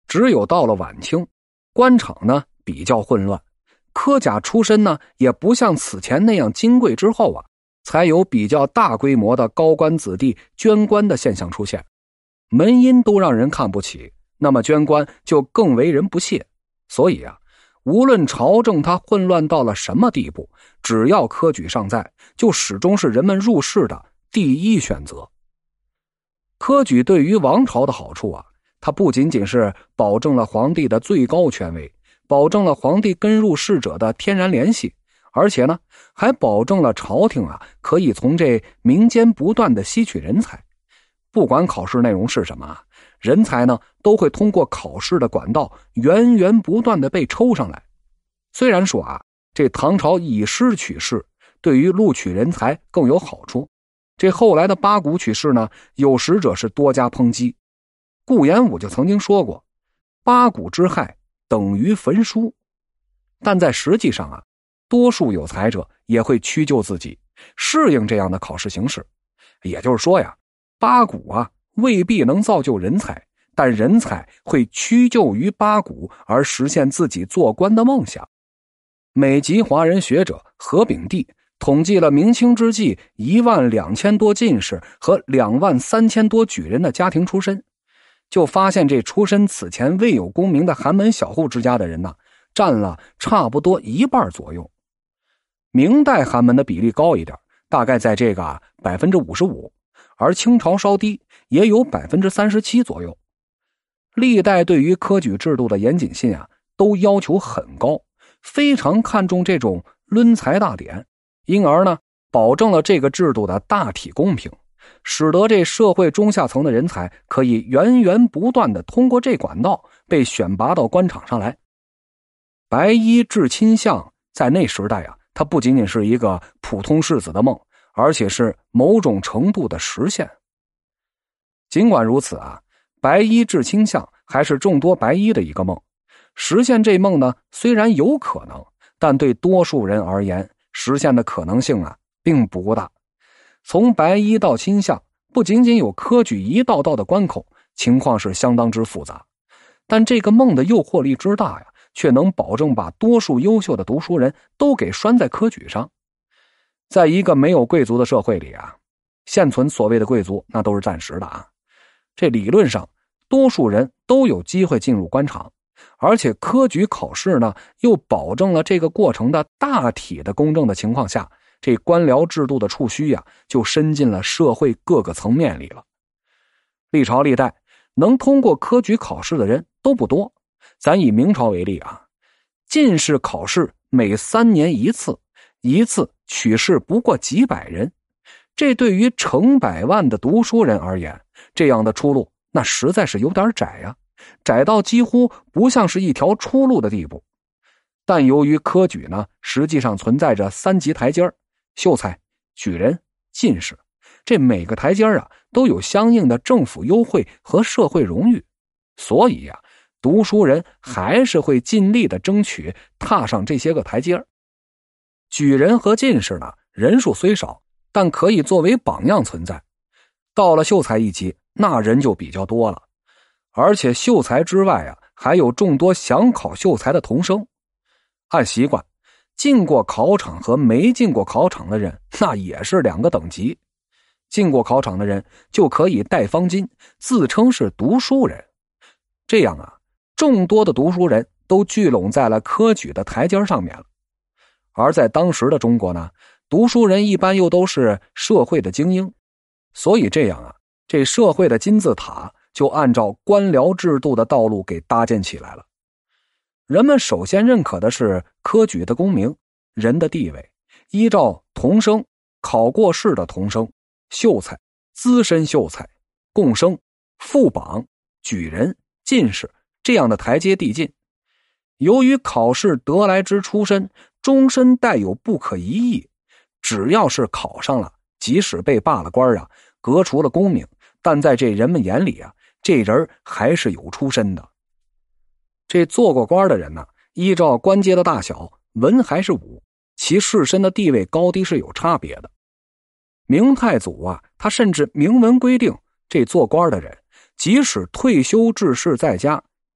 只有到了晚清，官场呢比较混乱，科甲出身呢也不像此前那样金贵之后啊，才有比较大规模的高官子弟捐官的现象出现。门姻都让人看不起，那么捐官就更为人不屑。所以啊，无论朝政它混乱到了什么地步，只要科举尚在，就始终是人们入仕的第一选择。科举对于王朝的好处啊，它不仅仅是保证了皇帝的最高权威，保证了皇帝跟入仕者的天然联系，而且呢，还保证了朝廷啊可以从这民间不断的吸取人才。不管考试内容是什么，人才呢都会通过考试的管道源源不断的被抽上来。虽然说啊，这唐朝以师取士，对于录取人才更有好处，这后来的八股取士呢，有识者是多加抨击。顾炎武就曾经说过，八股之害等于焚书。但在实际上啊，多数有才者也会屈就自己，适应这样的考试形式。也就是说呀，八股啊未必能造就人才，但人才会屈就于八股而实现自己做官的梦想。美籍华人学者何炳棣统计了明清之际12000多进士和23000多举人的家庭出身，就发现这出身此前未有功名的寒门小户之家的人呢，占了差不多一半左右。明代寒门的比例高一点，大概在这个55%，而清朝稍低，也有37%左右。历代对于科举制度的严谨性啊，都要求很高，非常看重这种抡才大典，因而呢，保证了这个制度的大体公平，使得这社会中下层的人才可以源源不断的通过这管道被选拔到官场上来。白衣至亲相在那时代啊，它不仅仅是一个普通士子的梦，而且是某种程度的实现。尽管如此啊，白衣至亲相还是众多白衣的一个梦。实现这梦呢，虽然有可能，但对多数人而言，实现的可能性啊并不大。从白衣到亲相，不仅仅有科举一道道的关口，情况是相当之复杂。但这个梦的诱惑力之大呀，却能保证把多数优秀的读书人都给拴在科举上。在一个没有贵族的社会里啊，现存所谓的贵族那都是暂时的啊。这理论上，多数人都有机会进入官场，而且科举考试呢，又保证了这个过程的大体的公正的情况下，这官僚制度的触须呀，就伸进了社会各个层面里了。历朝历代能通过科举考试的人都不多。咱以明朝为例啊，进士考试每3年一次，一次取士不过几百人。这对于成百万的读书人而言，这样的出路那实在是有点窄呀，窄到几乎不像是一条出路的地步。但由于科举呢，实际上存在着3级台阶，秀才、举人、进士，这每个台阶啊都有相应的政府优惠和社会荣誉，所以啊，读书人还是会尽力的争取踏上这些个台阶。举人和进士呢，人数虽少，但可以作为榜样存在。到了秀才一级，那人就比较多了，而且秀才之外啊，还有众多想考秀才的童生。按习惯，进过考场和没进过考场的人，那也是2个等级。进过考场的人就可以带方巾，自称是读书人。这样啊，众多的读书人都聚拢在了科举的台阶上面了。而在当时的中国呢，读书人一般又都是社会的精英，所以这样啊，这社会的金字塔就按照官僚制度的道路给搭建起来了。人们首先认可的是科举的功名、人的地位，依照童生、考过试的童生、秀才、资深秀才、贡生、副榜、举人、进士这样的台阶递进。由于考试得来之出身终身带有不可疑义，只要是考上了，即使被罢了官啊，革除了功名，但在这人们眼里啊，这人还是有出身的。这做过官的人呢，依照官阶的大小，文还是武，其士绅的地位高低是有差别的。明太祖啊，他甚至明文规定，这做官的人即使退休治世在家，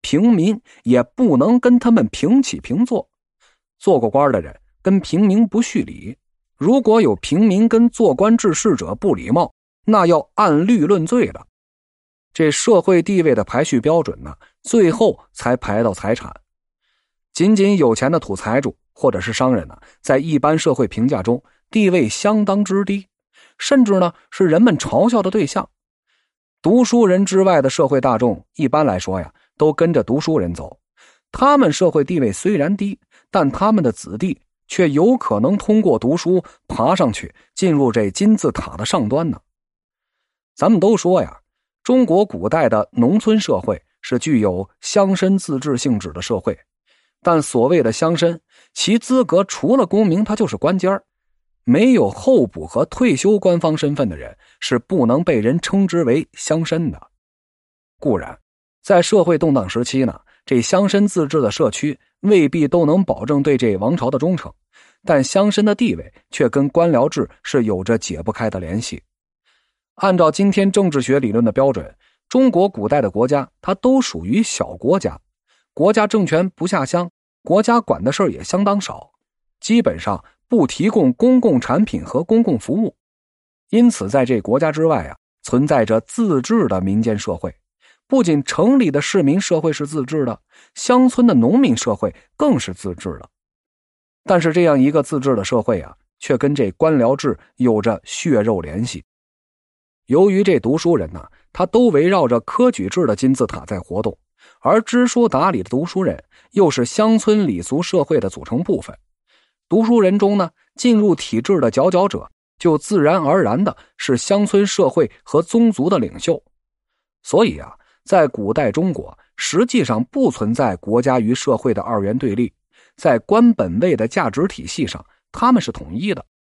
平民也不能跟他们平起平坐。做过官的人跟平民不叙礼，如果有平民跟做官治事者不礼貌，那要按律论罪了。这社会地位的排序标准呢，最后才排到财产。仅仅有钱的土财主或者是商人呢，在一般社会评价中地位相当之低，甚至呢是人们嘲笑的对象。读书人之外的社会大众一般来说呀，都跟着读书人走，他们社会地位虽然低，但他们的子弟却有可能通过读书爬上去，进入这金字塔的上端呢。咱们都说呀，中国古代的农村社会是具有乡绅自治性质的社会，但所谓的乡绅，其资格除了功名他就是官阶，没有候补和退休官方身份的人是不能被人称之为乡绅的。固然在社会动荡时期呢，这乡绅自治的社区未必都能保证对这王朝的忠诚，但乡绅的地位却跟官僚制是有着解不开的联系。按照今天政治学理论的标准，中国古代的国家它都属于小国家，国家政权不下乡，国家管的事儿也相当少，基本上不提供公共产品和公共服务。因此在这国家之外啊，存在着自治的民间社会。不仅城里的市民社会是自治的，乡村的农民社会更是自治的。但是这样一个自治的社会啊，却跟这官僚制有着血肉联系。由于这读书人呢，他都围绕着科举制的金字塔在活动，而知书达理的读书人又是乡村礼俗社会的组成部分。读书人中呢，进入体制的佼佼者就自然而然的是乡村社会和宗族的领袖。所以啊，在古代中国实际上不存在国家与社会的二元对立，在官本位的价值体系上他们是统一的。